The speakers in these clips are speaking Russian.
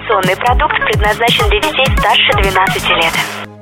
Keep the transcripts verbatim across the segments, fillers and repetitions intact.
Информационный продукт предназначен для детей старше двенадцати лет.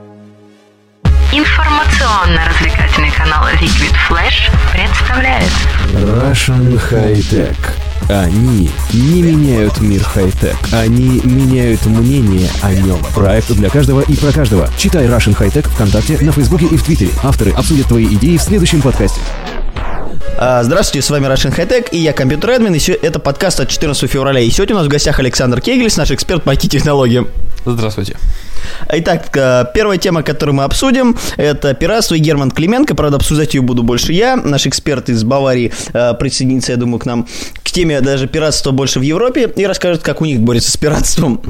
Информационно-развлекательный канал Liquid Flash представляет Russian High Tech. Они не меняют мир хай-тек, они меняют мнение о нем. Проект для каждого и про каждого. Читай Russian High Tech ВКонтакте, на Фейсбуке и в Твиттере. Авторы обсудят твои идеи в следующем подкасте. Здравствуйте, с вами Russian High Tech, и я Компьютер Админ, и это подкаст от четырнадцатого февраля. И сегодня у нас в гостях Александр Кегельс, наш эксперт по ай ти-технологиям. Здравствуйте. Итак, первая тема, которую мы обсудим, это пиратство и Герман Клименко. Правда, обсуждать ее буду больше я. Наш эксперт из Баварии присоединится, я думаю, к нам к теме даже пиратства больше в Европе и расскажет, как у них борется с пиратством.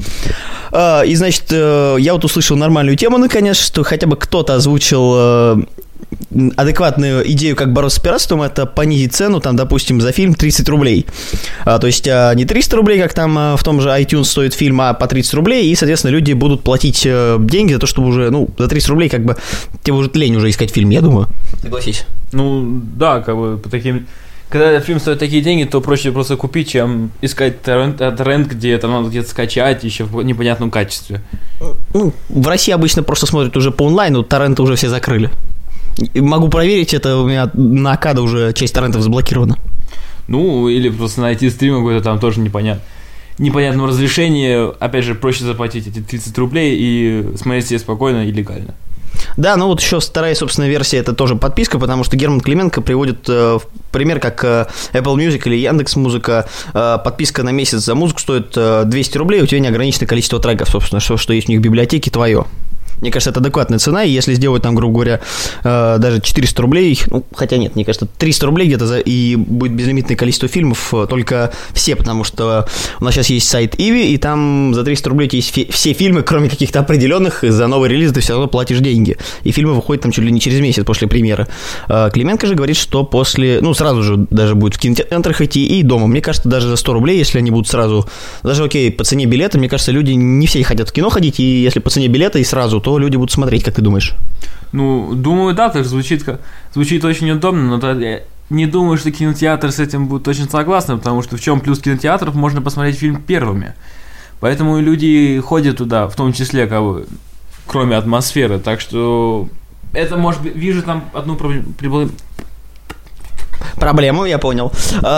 И, значит, я вот услышал нормальную тему, наконец, что хотя бы кто-то озвучил адекватную идею, как бороться с пиратством, это понизить цену, там, допустим, за фильм тридцать рублей. А, то есть а, не триста рублей, как там а, в том же iTunes стоит фильм, а по тридцать рублей, и, соответственно, люди будут платить а, деньги за то, чтобы уже, ну, за тридцать рублей, как бы, тебе уже лень уже искать фильм, я думаю. Согласись? Ну, да, как бы, по таким... Когда фильм стоит такие деньги, то проще просто купить, чем искать торрент, торрент, где там надо где-то скачать, еще в непонятном качестве. Ну, в России обычно просто смотрят уже по онлайну, торренты уже все закрыли. Могу проверить, это у меня на Акадо уже часть торрентов заблокирована. Ну, или просто найти стрим какой-то там тоже непонятно. Непонятном разрешении, опять же, проще заплатить эти тридцать рублей и смотреть себе спокойно и легально. Да, ну вот еще вторая, собственно, версия, это тоже подписка, потому что Герман Клименко приводит э, в пример, как э, Apple Music или Яндекс.Музыка. Э, подписка на месяц за музыку стоит э, двести рублей, у тебя неограниченное количество треков, собственно, что, что есть у них в библиотеке, твое. Мне кажется, это адекватная цена, и если сделать там, грубо говоря, э, даже четыреста рублей, ну, хотя нет, мне кажется, триста рублей где-то, за, и будет безлимитное количество фильмов, только все, потому что у нас сейчас есть сайт Иви, и там за триста рублей есть фи- все фильмы, кроме каких-то определенных, за новый релиз ты все равно платишь деньги, и фильмы выходят там чуть ли не через месяц после премьеры. Э, Клименко же говорит, что после, ну, сразу же даже будет в кинотеатрах идти и дома. Мне кажется, даже за сто рублей, если они будут сразу, даже окей, по цене билета, мне кажется, люди не все хотят в кино ходить, и если по цене билета и сразу, то люди будут смотреть, как ты думаешь? Ну, думаю, да, так звучит, звучит очень удобно, но я не думаю, что кинотеатр с этим будет очень согласны, потому что в чем плюс кинотеатров, можно посмотреть фильм первыми. Поэтому и люди ходят туда, в том числе, как бы, кроме атмосферы, так что это, может быть, вижу там одну проблему. Проблему, я понял.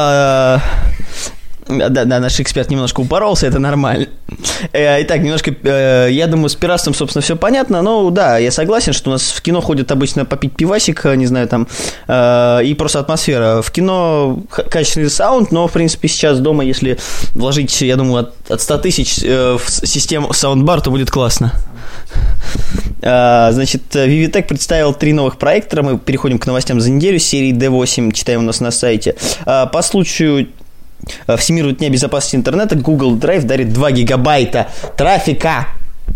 Да, да, наш эксперт немножко упоролся, это нормально. Итак, немножко, я думаю, с пиратством, собственно, все понятно, но да, я согласен, что у нас в кино ходят обычно попить пивасик, не знаю, там, и просто атмосфера. В кино качественный саунд, но, в принципе, сейчас дома, если вложить, я думаю, от, от ста тысяч в систему саундбар, то будет классно. Значит, Vivitech представил три новых проектора, мы переходим к новостям за неделю, серии ди восемь, читаем у нас на сайте. По случаю Всемирного дня безопасности интернета Google Drive дарит два гигабайта трафика.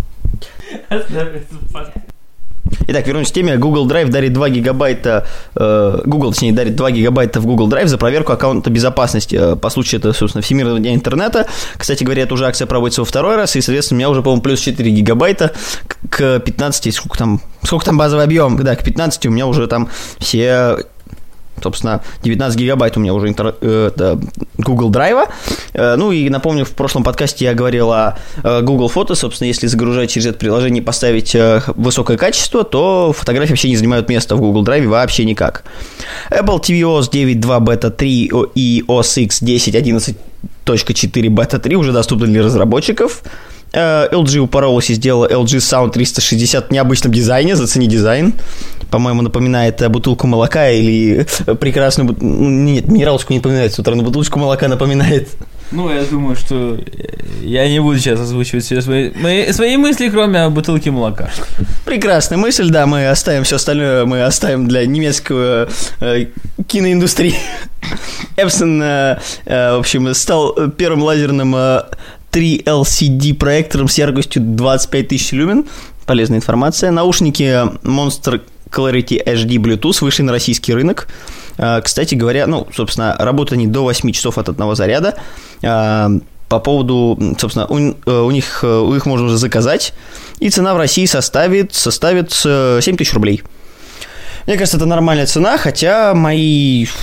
Итак, вернемся к теме. Google Drive дарит два гигабайта, э, Google, точнее, дарит два гигабайта в Google Drive за проверку аккаунта безопасности. По случаю, это, собственно, Всемирного дня интернета. Кстати говоря, эта уже акция проводится во второй раз, и, соответственно, у меня уже, по-моему, плюс четыре гигабайта к пятнадцати, сколько там, сколько там базовый объем? Да, к пятнадцати у меня уже там все... Собственно, девятнадцать гигабайт у меня уже интер... э, Google Drive. Э, ну и напомню, в прошлом подкасте я говорил о э, Google Фото. Собственно, если загружать через это приложение и поставить э, высокое качество, то фотографии вообще не занимают места в Google Drive вообще никак. Apple ти ви о эс девять точка два бета три и о эс икс десять точка одиннадцать точка четыре бета три уже доступны для разработчиков. эл джи упоролась и сделала эл джи Sound триста шестьдесят в необычном дизайне. Зацени дизайн. По-моему, напоминает бутылку молока или прекрасную... Нет, минералочку не напоминает с утра, но бутылочку молока напоминает. Ну, я думаю, что я не буду сейчас озвучивать все свои, мои, свои мысли, кроме бутылки молока. Прекрасная мысль, да, мы оставим все остальное, мы оставим для немецкого э, киноиндустрии. Эпсон, э, э, в общем, стал первым лазерным э, три эл си ди проектором с яркостью двадцать пять тысяч люмен. Полезная информация. Наушники Monster Clarity эйч ди Bluetooth вышли на российский рынок. Кстати говоря, ну, собственно, работают они до восемь часов от одного заряда. По поводу, собственно, у, у них у них можно уже заказать, и цена в России составит, составит семь тысяч рублей. Мне кажется, это нормальная цена, хотя мои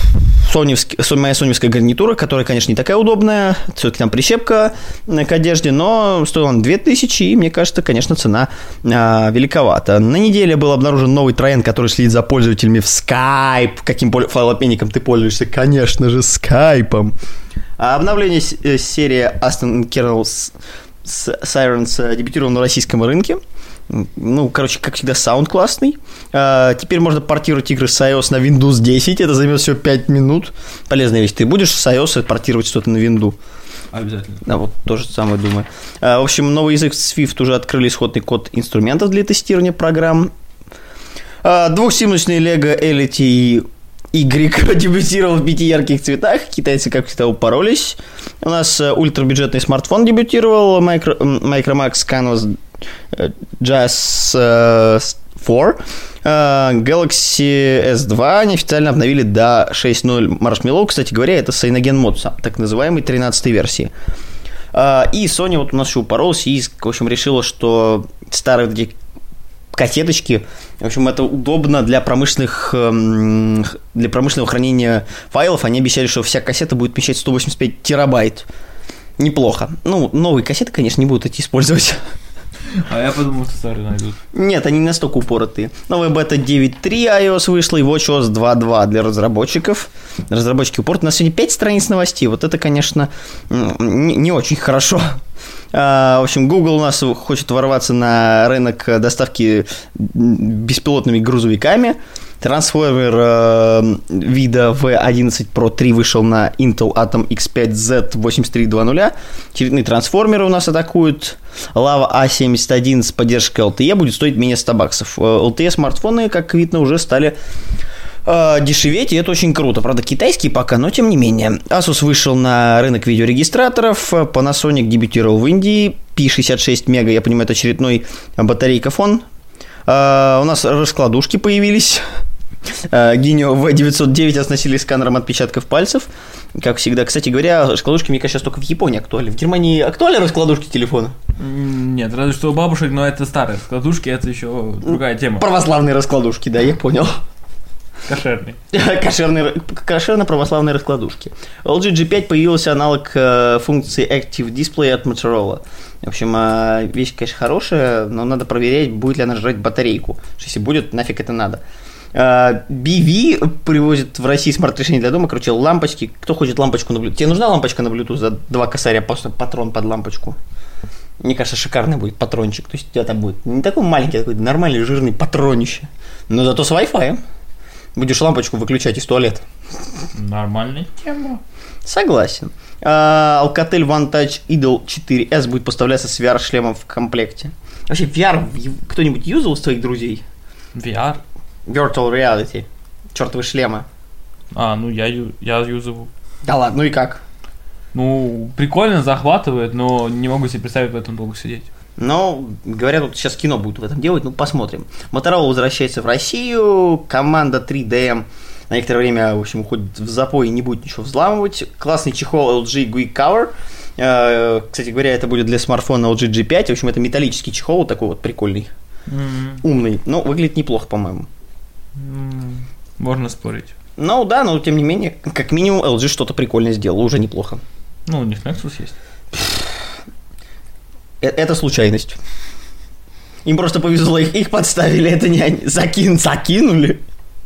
соневск... моя соневская гарнитура, которая, конечно, не такая удобная, все-таки там прищепка к одежде, но стоила он две тысячи, и мне кажется, конечно, цена а, великовата. На неделе был обнаружен новый тренд, который следит за пользователями в Skype. Каким файлообменником ты пользуешься? Конечно же, Skype'ом. А обновление с- серии Aston Kernel Sirens дебютировало на российском рынке. Ну, короче, как всегда, саунд классный. а, Теперь можно портировать игры с iOS на Windows десять. Это займет всего пять минут. Полезная вещь. Ты будешь с iOS портировать что-то на Windows? Обязательно. Да, вот то же самое думаю. а, В общем, новый язык Swift уже открыли исходный код инструментов для тестирования программ. а, Двухсимочный Lego Elite Y дебютировал в пяти ярких цветах. Китайцы, как всегда, упоролись. У нас ультрабюджетный смартфон дебютировал. Micro, Micromax Canvas Jazz четыре. Galaxy эс два неофициально обновили до шесть ноль Marshmallow. Кстати говоря, это Cyanogen Mods, так называемой тринадцатой версии. И Sony вот у нас еще упоролась и, в общем, решила, что старые вот эти кассеточки, в общем, это удобно для промышленных, для промышленного хранения файлов. Они обещали, что вся кассета будет вмещать сто восемьдесят пять терабайт. Неплохо. Ну, новые кассеты, конечно, не будут эти использовать. А я подумал, что старые найдут. Нет, они не настолько упоротые. Новая бета девять точка три iOS вышла и WatchOS два точка два для разработчиков. Разработчики упорты. У нас сегодня пять страниц новостей. Вот это, конечно, не, не очень хорошо. А, в общем, Google у нас хочет ворваться на рынок доставки беспилотными грузовиками. Трансформер э, вида ви одиннадцать про три вышел на Intel Atom икс пять зет восемьдесят три два ноль. Очередные трансформеры у нас атакуют. Lava а семьдесят один с поддержкой эл ти и будет стоить менее ста баксов. эл ти и-смартфоны, как видно, уже стали э, дешеветь, и это очень круто. Правда, китайские пока, но тем не менее. Asus вышел на рынок видеорегистраторов. Panasonic дебютировал в Индии. пи шестьдесят шесть мега, я понимаю, это очередной батарейка-фон. Uh, у нас раскладушки появились. uh, Гинio ви девятьсот девять оснастили сканером отпечатков пальцев. Как всегда, кстати говоря, раскладушки, мне кажется, сейчас только в Японии актуальны. В Германии актуальны раскладушки телефона? Нет, разве что у бабушек, но это старые раскладушки, это еще другая тема. Православные раскладушки, да, я понял. Кошерный. Кошерные, кошерно-православные раскладушки. эл джи джи пять появился аналог э, функции Active Display от Motorola. В общем, э, вещь, конечно, хорошая, но надо проверять, будет ли она жрать батарейку. Если будет, нафиг это надо. Э, би ви привозит в России смарт-решение для дома. Короче, лампочки. Кто хочет лампочку на Bluetooth? Тебе нужна лампочка на Bluetooth за два косаря, просто патрон под лампочку? Мне кажется, шикарный будет патрончик. То есть у тебя там будет не такой маленький, а такой нормальный жирный патронище. Но зато с Wi-Fi. Будешь лампочку выключать из туалета. Нормальная тема. Согласен. Uh, Alcatel One Touch Idol четыре эс будет поставляться с ви ар-шлемом в комплекте. Вообще, ви ар кто-нибудь юзал из твоих друзей? ви ар? Virtual Reality. Чёртовы шлемы. А, ну я, ю, я юзаю. Да ладно, ну и как? Ну, прикольно, захватывает, но не могу себе представить в этом долго сидеть. Но, говорят, вот сейчас кино будут в этом делать, ну посмотрим. Motorola возвращается в Россию, команда три ди эм на некоторое время, в общем, уходит в запой и не будет ничего взламывать. Классный чехол эл джи Quick Cover. Э, кстати говоря, это будет для смартфона эл джи джи пять. В общем, это металлический чехол, такой вот прикольный, mm-hmm. умный. Но выглядит неплохо, по-моему. Mm-hmm. Можно спорить. Ну да, но тем не менее, как минимум эл джи что-то прикольное сделал, уже неплохо. Ну, у них Nexus есть. Это случайность. Им просто повезло, их, их подставили, это не они. Закин, закинули.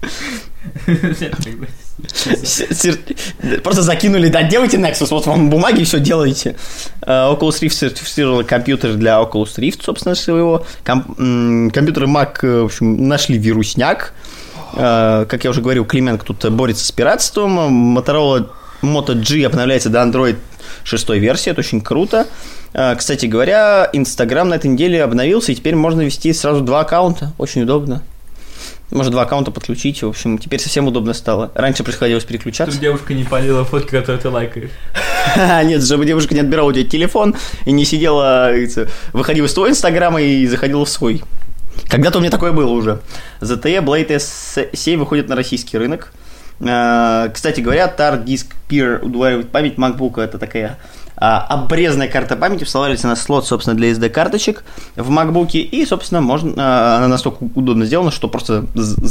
Просто закинули, да, делайте Nexus, вот вам бумаги, все делайте. Oculus Rift сертифицировал компьютер для Oculus Rift, собственно, своего. Компьютеры Mac, в общем, нашли вирусняк. Как я уже говорил, Клименко тут борется с пиратством. Motorola Moto G обновляется до Android шестой версии, это очень круто. Кстати говоря, Instagram на этой неделе обновился, и теперь можно вести сразу два аккаунта, очень удобно. Можно два аккаунта подключить, в общем, теперь совсем удобно стало. Раньше приходилось переключаться. Чтобы девушка не палила фотки, которые ты лайкаешь. Нет, чтобы девушка не отбирала у тебя телефон и не сидела, выходила из твоего Инстаграма и заходила в свой. Когда-то у меня такое было уже. зет и Blade эс семь выходит на российский рынок. Кстати говоря, Hard Disk Peer удваивает память MacBook. Это такая обрезанная карта памяти, вставляется на слот, собственно, для эс ди-карточек в MacBook, и, собственно, можно, она настолько удобно сделана, что просто,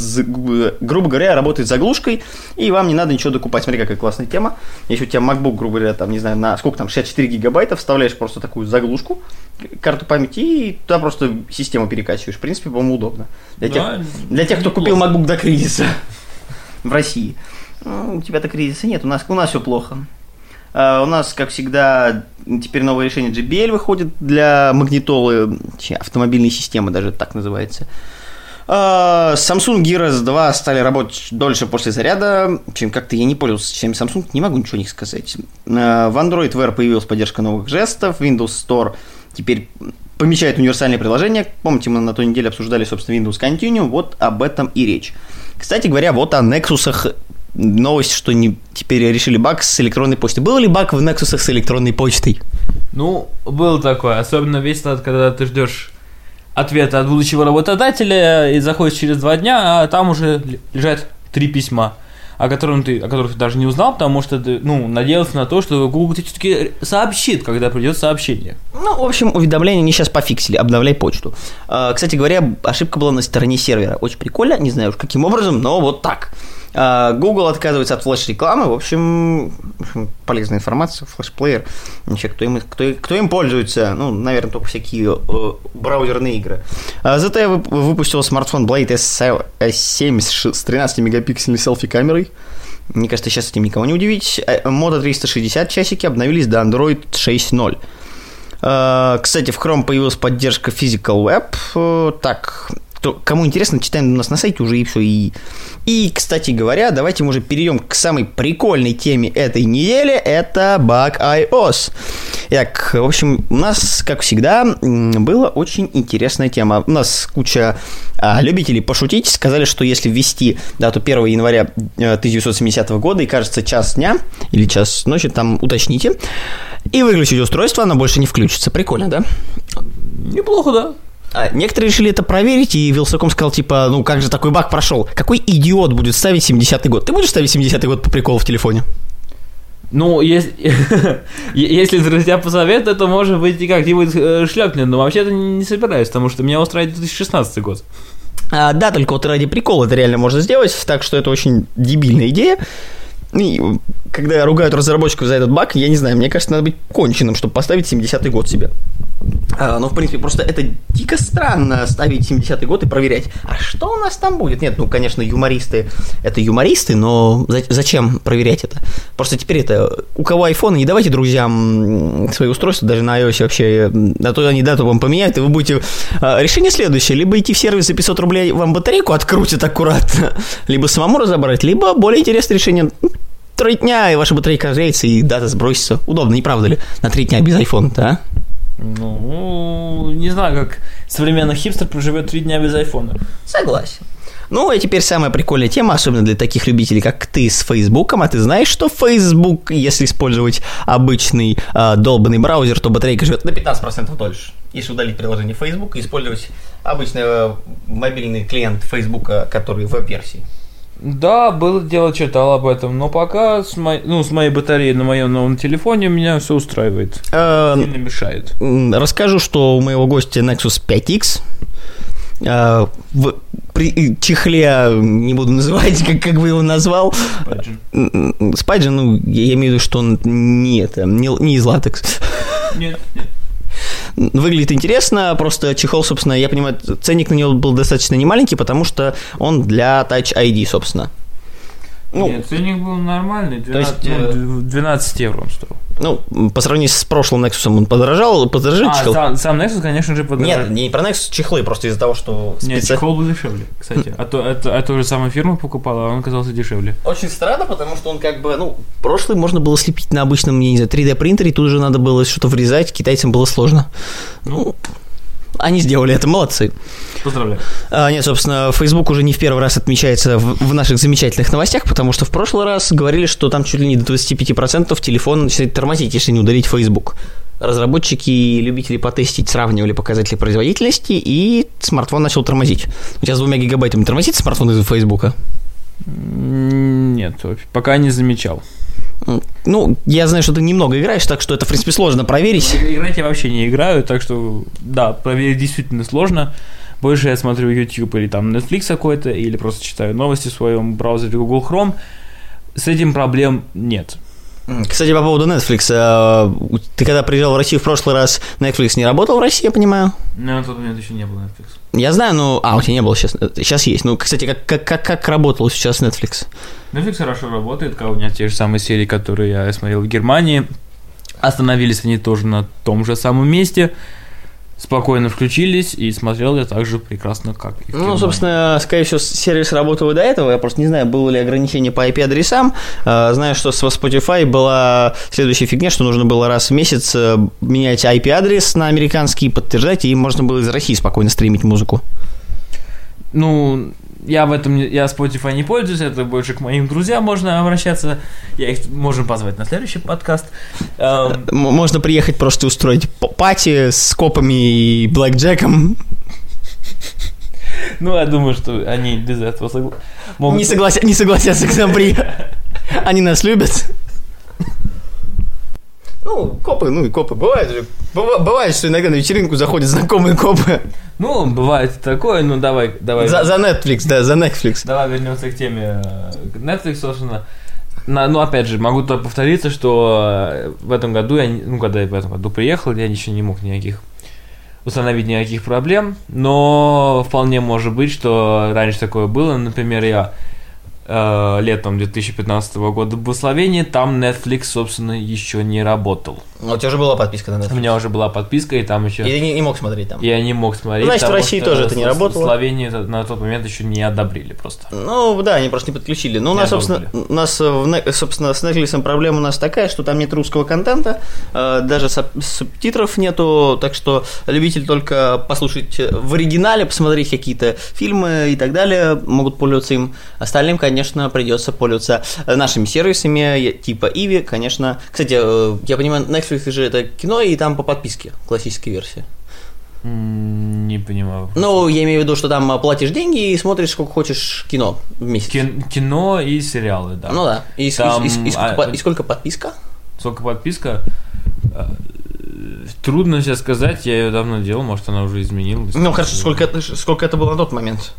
грубо говоря, работает с заглушкой, и вам не надо ничего докупать. Смотри, какая классная тема. Если у тебя MacBook, грубо говоря, там, не знаю, на сколько там, шестьдесят четыре гигабайта, вставляешь просто такую заглушку, карту памяти, и туда просто систему перекачиваешь. В принципе, по-моему, удобно. Для, да, тех, для тех, кто купил MacBook до кризиса в России. Ну, у тебя-то кризиса нет, у нас, у нас все плохо. Uh, у нас, как всегда, теперь новое решение джей би эл выходит для магнитолы, автомобильной системы даже так называется. Uh, Samsung Gear эс два стали работать дольше после заряда, чем как-то я не пользовался чем Samsung, не могу ничего о них сказать. Uh, в Android Wear появилась поддержка новых жестов, Windows Store теперь помечает универсальные приложения. Помните, мы на той неделе обсуждали, собственно, Windows Continuum, вот об этом и речь. Кстати говоря, вот о Nexus'ах. Новость, что не, теперь решили баг с электронной почтой. Был ли баг в Nexus'ах с электронной почтой? Ну, был такой. Особенно весь тот, когда ты ждешь ответа от будущего работодателя и заходишь через два дня, а там уже лежат три письма, о которых ты, о которых ты даже не узнал, потому что ты, ну, надеялся на то, что Google тебе все-таки сообщит, когда придет сообщение. Ну, в общем, уведомления они сейчас пофиксили. Обновляй почту. Кстати говоря, ошибка была на стороне сервера. Очень прикольно, не знаю уж каким образом, но вот так. Google отказывается от флеш-рекламы. В общем, полезная информация, флеш-плеер. Вообще, кто им, кто, кто им пользуется? Ну, наверное, только всякие э, браузерные игры. зет ти выпустил смартфон Blade эс семь с тринадцатимегапиксельной селфи-камерой. Мне кажется, сейчас этим никого не удивить. Moto триста шестьдесят часики обновились до Android шесть ноль. Кстати, в Chrome появилась поддержка Physical Web. Так... То, кому интересно, читаем у нас на сайте уже и все. И, и, кстати говоря, давайте мы уже перейдем к самой прикольной теме этой недели. Это баг iOS. Итак, в общем, у нас, как всегда, была очень интересная тема. У нас куча а, любителей пошутить сказали, что если ввести дату первого января тысяча девятьсот семидесятого года и, кажется, час дня или час ночи, там уточните, и выключить устройство, оно больше не включится. Прикольно, да? Неплохо, да? А некоторые решили это проверить, и Вилсаком сказал, типа, ну как же такой баг прошел? Какой идиот будет ставить семидесятый год? Ты будешь ставить семидесятый год по приколу в телефоне? Ну, если, если друзья посоветуют, то, может быть, и как-нибудь шлепнет, но вообще-то не собираюсь, потому что меня устраивает две тысячи шестнадцатый год. А, да, только вот ради прикола это реально можно сделать, так что это очень дебильная идея. И когда ругают разработчиков за этот баг, я не знаю, мне кажется, надо быть конченым, чтобы поставить семидесятый год себе. А, ну, в принципе, просто это дико странно ставить семидесятый год и проверять, а что у нас там будет? Нет, ну, конечно, юмористы, это юмористы, но за- зачем проверять это? Просто теперь это, у кого iPhone, не давайте друзьям свои устройства, даже на iOS вообще, а то они дату вам поменяют, и вы будете... А, решение следующее, либо идти в сервис за пятьсот рублей, вам батарейку открутят аккуратно, либо самому разобрать, либо более интересное решение... Три дня, и ваша батарейка разреется, и дата сбросится. Удобно, не правда ли? На три дня без айфона-то, а? Ну, не знаю, как современный хипстер проживет три дня без айфона. Согласен. Ну, и теперь самая прикольная тема, особенно для таких любителей, как ты, с Фейсбуком. А ты знаешь, что Facebook, если использовать обычный э, долбанный браузер, то батарейка живет на пятнадцать процентов дольше. Если удалить приложение Facebook и использовать обычный э, мобильный клиент Facebook, который в веб-версии. Да, было дело, читал об этом, но пока с, мо... ну, с моей батареей на моем новом телефоне меня все устраивает. Сильно мешает. Расскажу, что у моего гостя Nexus пять икс в при чехле, не буду называть, как, как вы его назвал. Spygen. Spygen, ну, я имею в виду, что он не, это, не, не из латекса. Нет, нет. Выглядит интересно, просто чехол, собственно, я понимаю, ценник на него был достаточно немаленький, потому что он для Touch ай ди, собственно. Ну, нет, ценник был нормальный, двенадцать, то есть, ну, двенадцать евро он стоил. Ну, по сравнению с прошлым Nexus он подорожал, подорожал а, чехол. Сам, сам Nexus, конечно же, подорожал. Нет, не про Nexus, чехлы, просто из-за того, что... Специ... Нет, чехол был дешевле, кстати. А то, это, это уже самая фирма покупала, а он оказался дешевле. Очень странно, потому что он как бы, ну, прошлый можно было слепить на обычном, я не знаю, три дэ принтере, тут уже надо было что-то врезать, китайцам было сложно. Ну... Они сделали это, молодцы. Поздравляю. А, нет, собственно, Facebook уже не в первый раз отмечается в, в наших замечательных новостях, потому что в прошлый раз говорили, что там чуть ли не до двадцать пять процентов телефон начинает тормозить, если не удалить Facebook. Разработчики и любители потестить сравнивали показатели производительности, и смартфон начал тормозить. У тебя с двумя гигабайтами тормозит смартфон из-за Фейсбука? Нет, пока не замечал. Ну, я знаю, что ты немного играешь, так что это, в принципе, сложно проверить. Играть я вообще не играю, так что, да, проверить действительно сложно. Больше я смотрю YouTube или там Netflix какой-то, или просто читаю новости в своем браузере Google Chrome. С этим проблем нет. Кстати, по поводу Netflix. Ты когда приезжал в Россию в прошлый раз, Netflix не работал в России, я понимаю? На тот момент еще не было Netflix. Я знаю, ну... А, у тебя не было сейчас. Сейчас есть. Ну, кстати, как, как, как, как работал сейчас Netflix? Netflix хорошо работает, как у меня те же самые серии, которые я смотрел в Германии. Остановились они тоже на том же самом месте. Спокойно включились, и смотрел я так же прекрасно, как и в Германии. Ну, собственно, скорее всего, сервис работал и до этого. Я просто не знаю, было ли ограничение по ай пи-адресам. Знаю, что с Spotify была следующая фигня, что нужно было раз в месяц менять ай пи-адрес на американский, подтверждать, и можно было из России спокойно стримить музыку. Ну, я в этом, я Spotify не пользуюсь, это больше к моим друзьям можно обращаться, я их можно позвать на следующий подкаст. Эм... Можно приехать просто устроить пати с копами и блэкджеком. Ну, я думаю, что они без этого согла... могут... не, соглася... не согласятся к нам приехать. Они нас любят. Ну, копы, ну и копы. Бывает же. Бывает, что иногда на вечеринку заходят знакомые копы. Ну, бывает такое, ну давай, давай. За, за Netflix, да, за Netflix. Давай вернемся к теме Netflix, собственно. На, ну, опять же, могу только повториться, что в этом году, я, ну, когда я в этом году приехал, я еще не мог никаких установить никаких проблем, но вполне может быть, что раньше такое было. Например, я э, летом две тысячи пятнадцатого года был в Словении, там Netflix, собственно, еще не работал. У тебя уже была подписка на Netflix? У меня уже была подписка, и там еще... И ты не, не мог смотреть там? Я не мог смотреть. Значит, в России тоже это не работало? В Словении на тот момент еще не одобрили просто. Ну, да, они просто не подключили. Ну, у нас, собственно, у нас, собственно, с Netflix проблема у нас такая, что там нет русского контента, даже субтитров нету, так что любители только послушать в оригинале, посмотреть какие-то фильмы и так далее могут пользоваться им. Остальным, конечно, придется пользоваться нашими сервисами, типа Иви, конечно. Кстати, я понимаю, Netflix же это кино, и там по подписке, классическая версия. Не понимаю. Ну, я имею в виду, что там платишь деньги и смотришь сколько хочешь кино в месяц. Кин- кино и сериалы, да. Ну да. И, там, и, и, и, сколько, а, и сколько подписка? Сколько подписка? Трудно сейчас сказать, я ее давно делал, может она уже изменилась. Ну хорошо, сколько это, сколько это было на тот момент?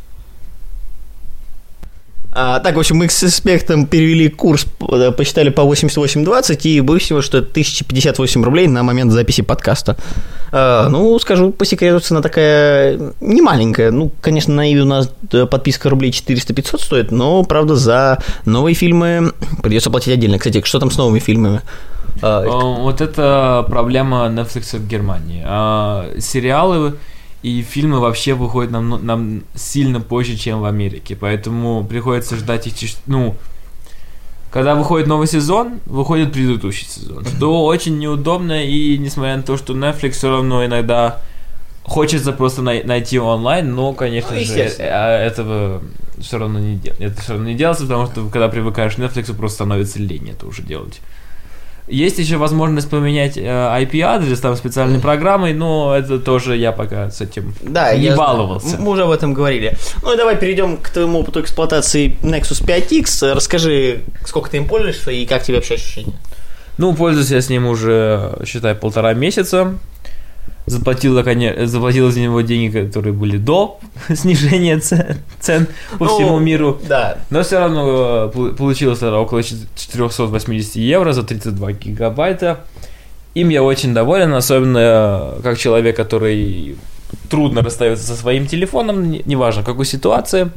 А, так, в общем, мы с экспертом перевели курс, посчитали по восемьдесят восемь двадцать, и выяснилось, что это тысяча пятьдесят восемь рублей на момент записи подкаста. А, ну, скажу по секрету, цена такая не маленькая. Ну, конечно, на Иви у нас подписка рублей четыреста-пятьсот стоит, но, правда, за новые фильмы придется платить отдельно. Кстати, что там с новыми фильмами? А, вот это проблема Netflix в Германии. А, сериалы и фильмы вообще выходят нам, нам сильно позже, чем в Америке. Поэтому приходится ждать их... Ну, когда выходит новый сезон, выходит предыдущий сезон. Что очень неудобно, и несмотря на то, что Netflix все равно иногда хочется просто най- найти онлайн, но, конечно ну, же, этого все равно не делается. Это все равно не делается, потому что когда привыкаешь к Netflix, просто становится лень это уже делать. Есть еще возможность поменять э, ай пи-адрес там специальной программой, но это тоже я пока с этим да, не я баловался. Знаю. Мы уже об этом говорили. Ну и давай перейдем к твоему опыту эксплуатации Nexus пять икс. Расскажи, сколько ты им пользуешься и как тебе вообще ощущения? Ну, пользуюсь я с ним уже, считай, полтора месяца. Заплатил, конечно, заплатил за него деньги, которые были до снижения цен, цен по ну, всему миру. Да. Но все равно получилось около четыреста восемьдесят евро за тридцать два гигабайта. Им я очень доволен, особенно как человек, который трудно расстается со своим телефоном, неважно в какой ситуации.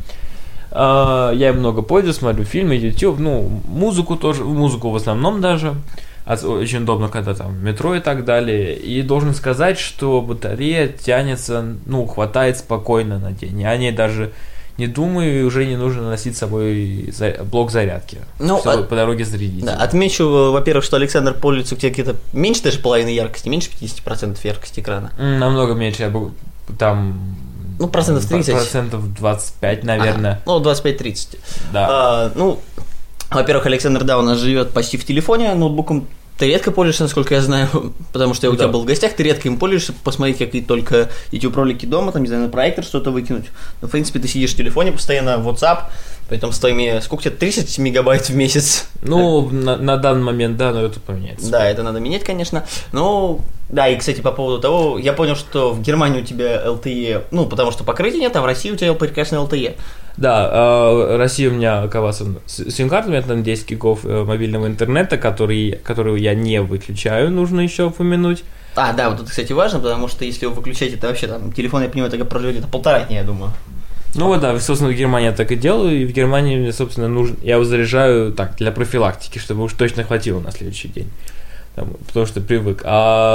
Я им много пользуюсь, смотрю фильмы, YouTube, ну, музыку тоже, музыку в основном даже. Очень удобно, когда там метро и так далее. И должен сказать, что батарея тянется, ну, хватает спокойно на день. Я о ней даже не думаю, и уже не нужно носить с собой блок зарядки, ну, чтобы от... по дороге зарядить. Да, отмечу, во-первых, что Александр пользуется у тебя где-то меньше даже половины яркости, меньше пятьдесят процентов яркости экрана. Намного меньше, я бы там... Ну, процентов тридцать. Процентов двадцать пять, наверное. А, ну, двадцать пять-тридцать. Да. А, ну... Во-первых, Александр, да, у нас живет почти в телефоне, ноутбуком Ты редко пользуешься, насколько я знаю, потому что я у Да. тебя был в гостях, ты редко им пользуешься, посмотреть, как и только YouTube-ролики дома, там, не знаю, на проектор что-то выкинуть. Но, в принципе, ты сидишь в телефоне постоянно, в WhatsApp, поэтому с твоими, сколько у тебя, тридцать мегабайт в месяц? Ну, на, на данный момент, да, но это поменяется. Да, это надо менять, конечно. Ну, да, и, кстати, по поводу того, я понял, что в Германии у тебя эл ти и, ну, потому что покрытия нет, а в России у тебя прекрасный эл ти и. Да, э, Россия у меня оказывается с сим-карта, у меня там десять гигов э, мобильного интернета, который, которую я не выключаю, нужно еще упомянуть. А, да, вот это, кстати, важно, потому что если вы выключаете, это вообще там телефон, я понимаю, так проживет где-то полтора дня, я думаю. Ну вот, да, собственно, в Германии я так и делаю, и в Германии мне, собственно, нужно, я его заряжаю так, для профилактики, чтобы уж точно хватило на следующий день, там, потому что привык.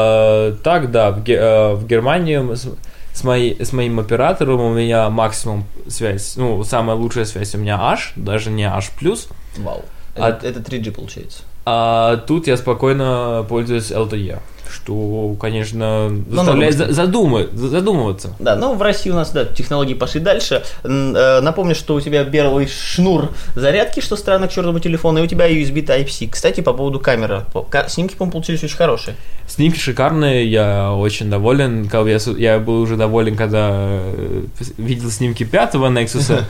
А так, да, в, Ге- в Германии с, с, моей, с моим оператором у меня максимум связь, ну, самая лучшая связь у меня H, даже не H+, Вау. А- Это, это три джи получается. а тут я спокойно пользуюсь эл ти и, что, конечно, заставляет ну, за- задумы- задумываться. Да, ну в России у нас, да, технологии пошли дальше. Н- э, Напомню, что у тебя белый шнур зарядки, что странно, к чертову телефону, и у тебя ю эс би Type-C. Кстати, по поводу камеры. По- ка- Снимки, по-моему, получились очень хорошие. Снимки шикарные, я очень доволен. Как бы Я, с- я был уже доволен, когда э, видел снимки пятого Nexus,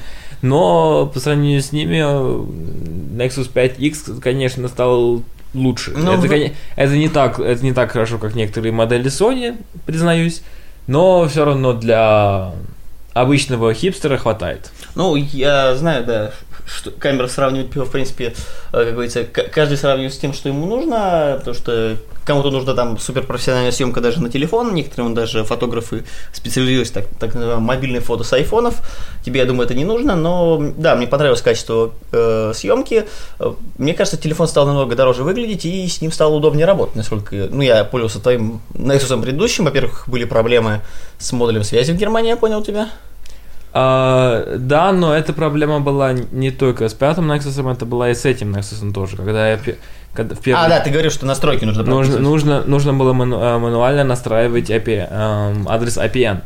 но по сравнению с ними э, Nexus пять икс, конечно, стал лучше. Ну, это, вы- коне- это, не так, это не так хорошо, как некоторые модели Sony, признаюсь, но все равно для обычного хипстера хватает. Ну, я знаю, да, что камера сравнивать, в принципе, э, как говорится, к- каждый сравнивает с тем, что ему нужно, потому что кому-то нужна там суперпрофессиональная съемка даже на телефон, некоторым даже фотографы специализируются так, так называемое мобильное фото с айфонов. Тебе, я думаю, это не нужно, но да, мне понравилось качество э, съемки. Э, Мне кажется, телефон стал намного дороже выглядеть, и с ним стало удобнее работать, насколько, ну, я пользовался твоим Nexus предыдущим. Во-первых, были проблемы с модулем связи в Германии, я понял тебя. А, да, но эта проблема была не только с пятым Nexus, это была и с этим Nexus тоже. Когда я пе- когда в первый... А, да, ты говоришь, что настройки нужно нужно, прописывать. нужно, нужно было ману- а, мануально настраивать ай пи, эм, адрес ай пи эн.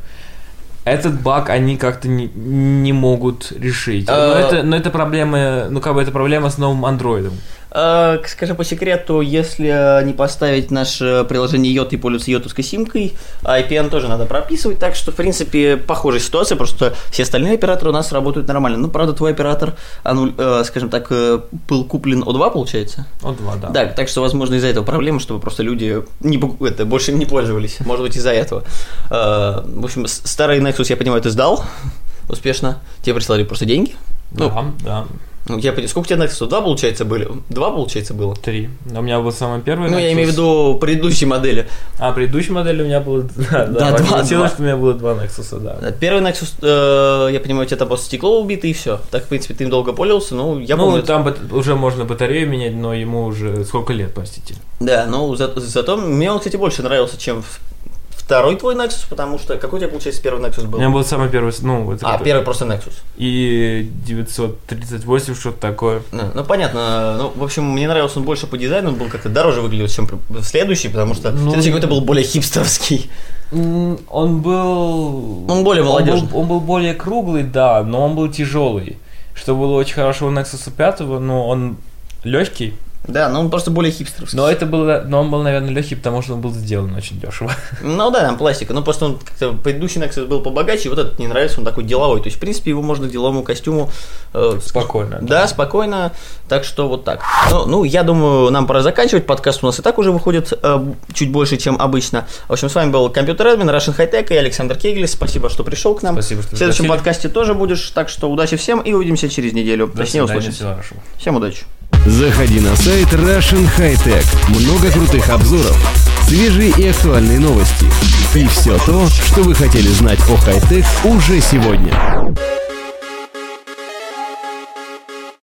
Этот баг они как-то не, не могут решить. Но А- это, но это проблема, ну как бы это проблема с новым андроидом. Э, Скажем по секрету, если не поставить наше приложение йота и пользоваться йотовской симкой, ай пи эн тоже надо прописывать, так что, в принципе, похожая ситуация, просто все остальные операторы у нас работают нормально. Ну, правда, твой оператор, ану- э, скажем так, э, был куплен о два, получается? о два, да. Да, так что, возможно, из-за этого проблема, чтобы просто люди не, пок- это, больше не пользовались, может быть, из-за этого. Э, В общем, с- старый Nexus, я понимаю, ты сдал успешно, тебе прислали просто деньги. Ну, Да, да. ну, я понимаю, сколько у тебя Nexus? Два, получается, были? Два, получается, было? Три. Но у меня был самый первый. Ну, я Nexus. имею в виду предыдущей модели. А, предыдущей модели у меня было... Да, Да, да, два, получилось, два. что у меня было два Nexus, да. Первый Nexus, э, я понимаю, у тебя там просто стекло убито и все. Так, в принципе, ты им долго пользовался, ну, я ну, помню. там бат- уже можно батарею менять, но ему уже сколько лет, простите. Да, ну, за- зато мне он, кстати, больше нравился, чем в- второй твой Nexus, потому что какой у тебя, получается, первый Nexus был? У меня был самый первый, ну, вот А, какой- первый просто Nexus. И девятьсот тридцать восемь, что-то такое. Ну, ну, понятно. Ну, в общем, мне нравился он больше по дизайну, он был как-то дороже выглядел, чем пр- следующий, потому что Ну, следующий какой-то был более хипстерский. М, Он был... Он более молодежный. Он был, он был более круглый, да, но он был тяжелый. Что было очень хорошо у Nexus пять, но он легкий. Да, но он просто более хипстерский. Но это было, но он был, наверное, легкий, потому что он был сделан очень дешево. Ну да, там пластика, но просто он как-то предыдущий Nexus был побогаче, и вот этот не нравится, он такой деловой. То есть, в принципе, его можно к деловому костюму э, Спокойно. Да, спокойно. Так что вот так. Ну, ну, я думаю, нам пора заканчивать. Подкаст у нас и так уже выходит э, чуть больше, чем обычно. В общем, с вами был Компьютер Админ, Russian High Tech и Александр Кегель. Спасибо, что пришел к нам. Спасибо, что В следующем пригласили. подкасте тоже будешь. Так что удачи всем и увидимся через неделю. До Точнее, свидания, услышимся. всего хорошего. Всем удачи. Заходи на сайт Russian High Tech. Много крутых обзоров, свежие и актуальные новости. И все то, что вы хотели знать о хай-тек уже сегодня.